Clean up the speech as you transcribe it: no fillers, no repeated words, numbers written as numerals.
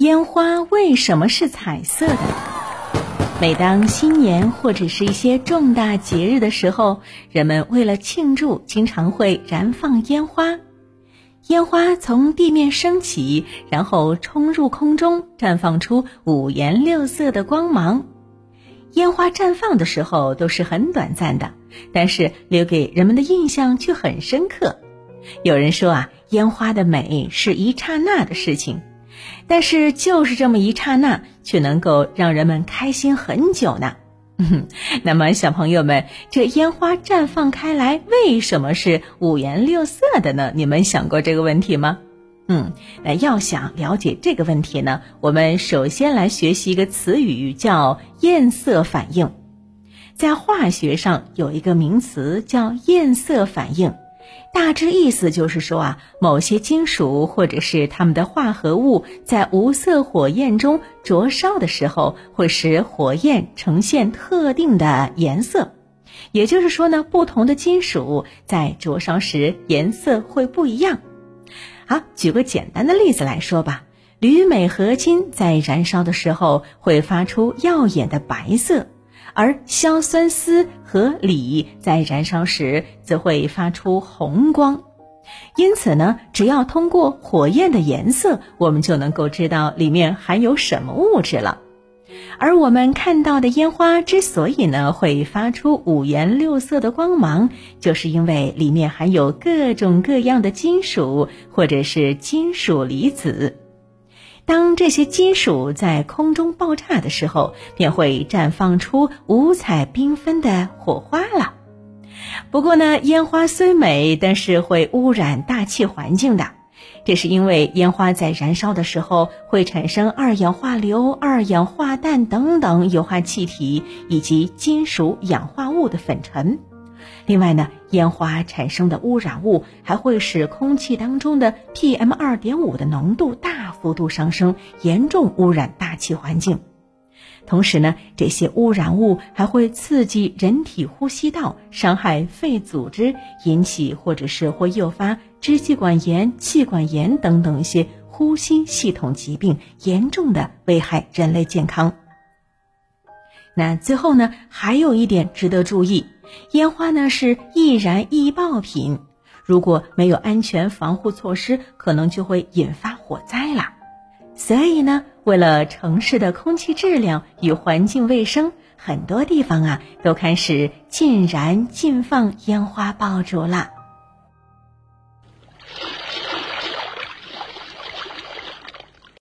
烟花为什么是彩色的？每当新年或者是一些重大节日的时候，人们为了庆祝，经常会燃放烟花。烟花从地面升起，然后冲入空中，绽放出五颜六色的光芒。烟花绽放的时候都是很短暂的，但是留给人们的印象却很深刻。有人说烟花的美是一刹那的事情，但是就是这么一刹那，却能够让人们开心很久呢。那么小朋友们，这烟花绽放开来为什么是五颜六色的呢？你们想过这个问题吗？那要想了解这个问题呢，我们首先来学习一个词语，叫焰色反应。在化学上有一个名词叫焰色反应，大致意思就是说某些金属或者是它们的化合物在无色火焰中灼烧的时候，会使火焰呈现特定的颜色。也就是说呢，不同的金属在灼烧时颜色会不一样。好，举个简单的例子来说吧，铝镁合金在燃烧的时候会发出耀眼的白色，而硝酸锶和锂在燃烧时则会发出红光。因此呢，只要通过火焰的颜色，我们就能够知道里面含有什么物质了。而我们看到的烟花之所以呢会发出五颜六色的光芒，就是因为里面含有各种各样的金属或者是金属离子。当这些金属在空中爆炸的时候，便会绽放出五彩缤纷的火花了。不过呢，烟花虽美，但是会污染大气环境的。这是因为烟花在燃烧的时候会产生二氧化硫、二氧化氮等等有害气体，以及金属氧化物的粉尘。另外呢，烟花产生的污染物还会使空气当中的 PM2.5 的浓度大幅度上升，严重污染大气环境。同时呢，这些污染物还会刺激人体呼吸道，伤害肺组织，引起或者是会诱发支气管炎、气管炎等等一些呼吸系统疾病，严重的危害人类健康。那最后呢，还有一点值得注意，烟花呢是易燃易爆品，如果没有安全防护措施，可能就会引发火灾了。所以呢，为了城市的空气质量与环境卫生，很多地方都开始禁燃禁放烟花爆竹了。